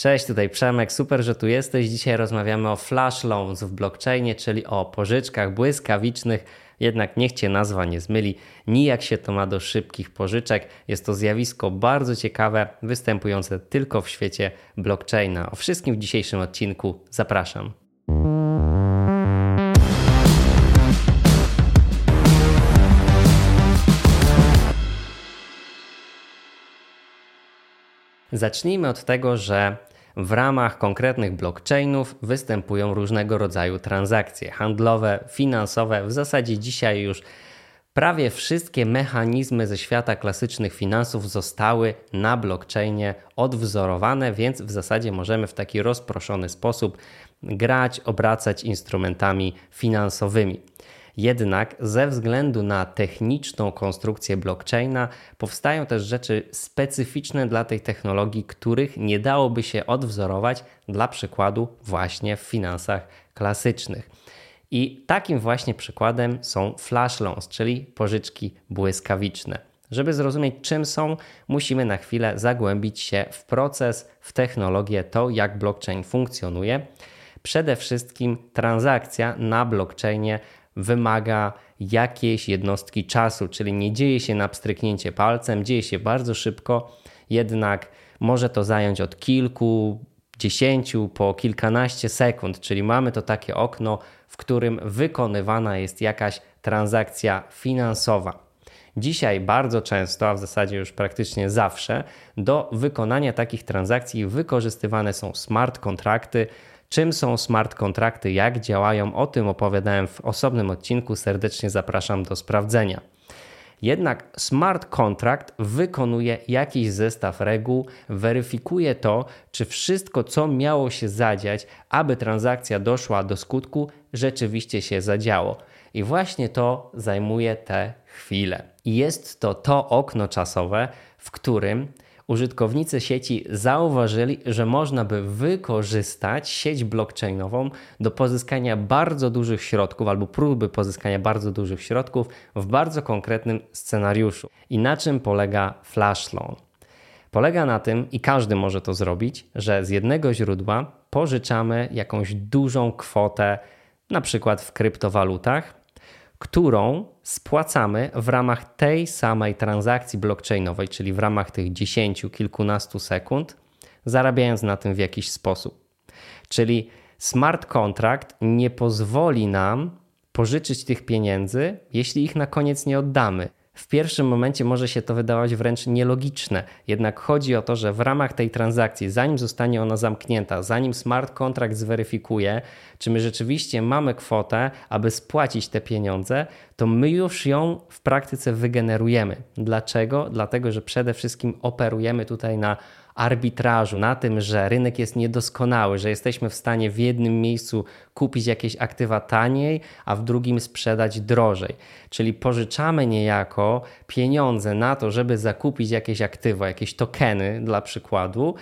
Cześć, tutaj Przemek, super, że tu jesteś. Dzisiaj rozmawiamy o flash loans w blockchainie, czyli o pożyczkach błyskawicznych, jednak niech Cię nazwa nie zmyli, nijak się to ma do szybkich pożyczek. Jest to zjawisko bardzo ciekawe, występujące tylko w świecie blockchaina. O wszystkim w dzisiejszym odcinku zapraszam. Zacznijmy od tego, że w ramach konkretnych blockchainów występują różnego rodzaju transakcje handlowe, finansowe. W zasadzie dzisiaj już prawie wszystkie mechanizmy ze świata klasycznych finansów zostały na blockchainie odwzorowane, więc w zasadzie możemy w taki rozproszony sposób grać, obracać instrumentami finansowymi. Jednak ze względu na techniczną konstrukcję blockchaina powstają też rzeczy specyficzne dla tej technologii, których nie dałoby się odwzorować dla przykładu właśnie w finansach klasycznych. I takim właśnie przykładem są flash loans, czyli pożyczki błyskawiczne. Żeby zrozumieć, czym są, musimy na chwilę zagłębić się w proces, w technologię, to jak blockchain funkcjonuje. Przede wszystkim transakcja na blockchainie wymaga jakiejś jednostki czasu, czyli nie dzieje się na pstryknięcie palcem, dzieje się bardzo szybko, jednak może to zająć od kilkudziesięciu po kilkanaście sekund, czyli mamy to takie okno, w którym wykonywana jest jakaś transakcja finansowa. Dzisiaj bardzo często, a w zasadzie już praktycznie zawsze, do wykonania takich transakcji wykorzystywane są smart kontrakty. Czym są smart kontrakty, jak działają, o tym opowiadałem w osobnym odcinku, serdecznie zapraszam do sprawdzenia. Jednak smart kontrakt wykonuje jakiś zestaw reguł, weryfikuje to, czy wszystko, co miało się zadziać, aby transakcja doszła do skutku, rzeczywiście się zadziało. I właśnie to zajmuje te chwile. I jest to okno czasowe, w którym użytkownicy sieci zauważyli, że można by wykorzystać sieć blockchainową do pozyskania bardzo dużych środków albo próby pozyskania bardzo dużych środków w bardzo konkretnym scenariuszu. I na czym polega flash loan? Polega na tym, i każdy może to zrobić, że z jednego źródła pożyczamy jakąś dużą kwotę, na przykład w kryptowalutach, którą spłacamy w ramach tej samej transakcji blockchainowej, czyli w ramach tych 10, kilkunastu sekund, zarabiając na tym w jakiś sposób. Czyli smart contract nie pozwoli nam pożyczyć tych pieniędzy, jeśli ich na koniec nie oddamy. W pierwszym momencie może się to wydawać wręcz nielogiczne, jednak chodzi o to, że w ramach tej transakcji, zanim zostanie ona zamknięta, zanim smart contract zweryfikuje, czy my rzeczywiście mamy kwotę, aby spłacić te pieniądze, to my już ją w praktyce wygenerujemy. Dlaczego? Dlatego, że przede wszystkim operujemy tutaj na arbitrażu, na tym, że rynek jest niedoskonały, że jesteśmy w stanie w jednym miejscu kupić jakieś aktywa taniej, a w drugim sprzedać drożej. Czyli pożyczamy niejako pieniądze na to, żeby zakupić jakieś aktywa, jakieś tokeny dla przykładu,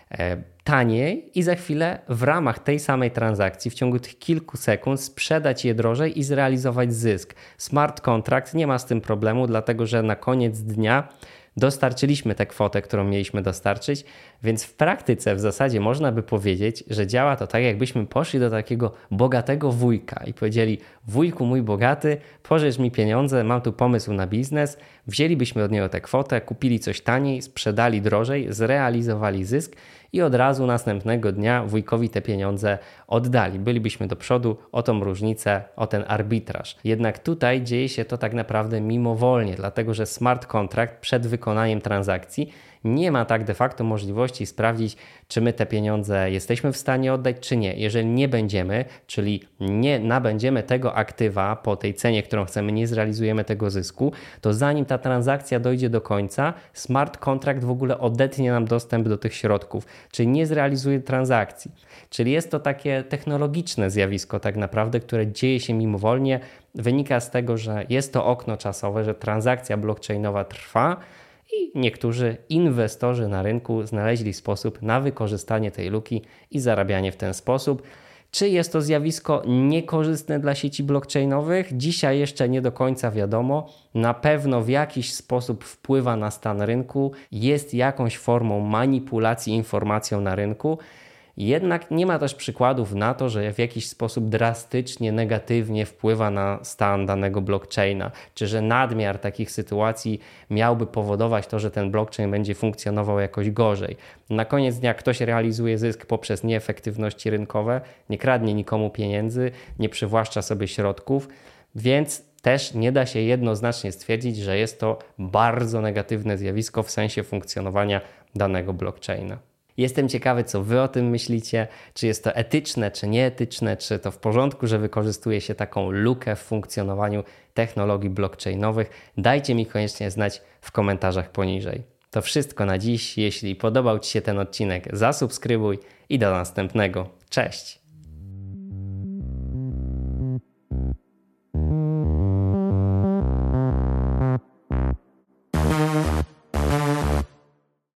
taniej i za chwilę w ramach tej samej transakcji w ciągu tych kilku sekund sprzedać je drożej i zrealizować zysk. Smart contract nie ma z tym problemu, dlatego że na koniec dnia dostarczyliśmy tę kwotę, którą mieliśmy dostarczyć, więc w praktyce w zasadzie można by powiedzieć, że działa to tak, jakbyśmy poszli do takiego bogatego wujka i powiedzieli: wujku mój bogaty, pożycz mi pieniądze, mam tu pomysł na biznes, wzięlibyśmy od niego tę kwotę, kupili coś taniej, sprzedali drożej, zrealizowali zysk i od razu następnego dnia wujkowi te pieniądze oddali. Bylibyśmy do przodu o tą różnicę, o ten arbitraż. Jednak tutaj dzieje się to tak naprawdę mimowolnie, dlatego że smart contract przed wykonaniem transakcji nie ma tak de facto możliwości sprawdzić, czy my te pieniądze jesteśmy w stanie oddać, czy nie. Jeżeli nie będziemy, czyli nie nabędziemy tego aktywa po tej cenie, którą chcemy, nie zrealizujemy tego zysku, to zanim ta transakcja dojdzie do końca, smart contract w ogóle odetnie nam dostęp do tych środków, czyli nie zrealizuje transakcji. Czyli jest to takie technologiczne zjawisko tak naprawdę, które dzieje się mimowolnie. Wynika z tego, że jest to okno czasowe, że transakcja blockchainowa trwa, i niektórzy inwestorzy na rynku znaleźli sposób na wykorzystanie tej luki i zarabianie w ten sposób. Czy jest to zjawisko niekorzystne dla sieci blockchainowych? Dzisiaj jeszcze nie do końca wiadomo. Na pewno w jakiś sposób wpływa na stan rynku, jest jakąś formą manipulacji informacją na rynku. Jednak nie ma też przykładów na to, że w jakiś sposób drastycznie, negatywnie wpływa na stan danego blockchaina, czy że nadmiar takich sytuacji miałby powodować to, że ten blockchain będzie funkcjonował jakoś gorzej. Na koniec dnia ktoś realizuje zysk poprzez nieefektywności rynkowe, nie kradnie nikomu pieniędzy, nie przywłaszcza sobie środków, więc też nie da się jednoznacznie stwierdzić, że jest to bardzo negatywne zjawisko w sensie funkcjonowania danego blockchaina. Jestem ciekawy, co Wy o tym myślicie, czy jest to etyczne, czy nieetyczne, czy to w porządku, że wykorzystuje się taką lukę w funkcjonowaniu technologii blockchainowych. Dajcie mi koniecznie znać w komentarzach poniżej. To wszystko na dziś. Jeśli podobał Ci się ten odcinek, zasubskrybuj i do następnego. Cześć!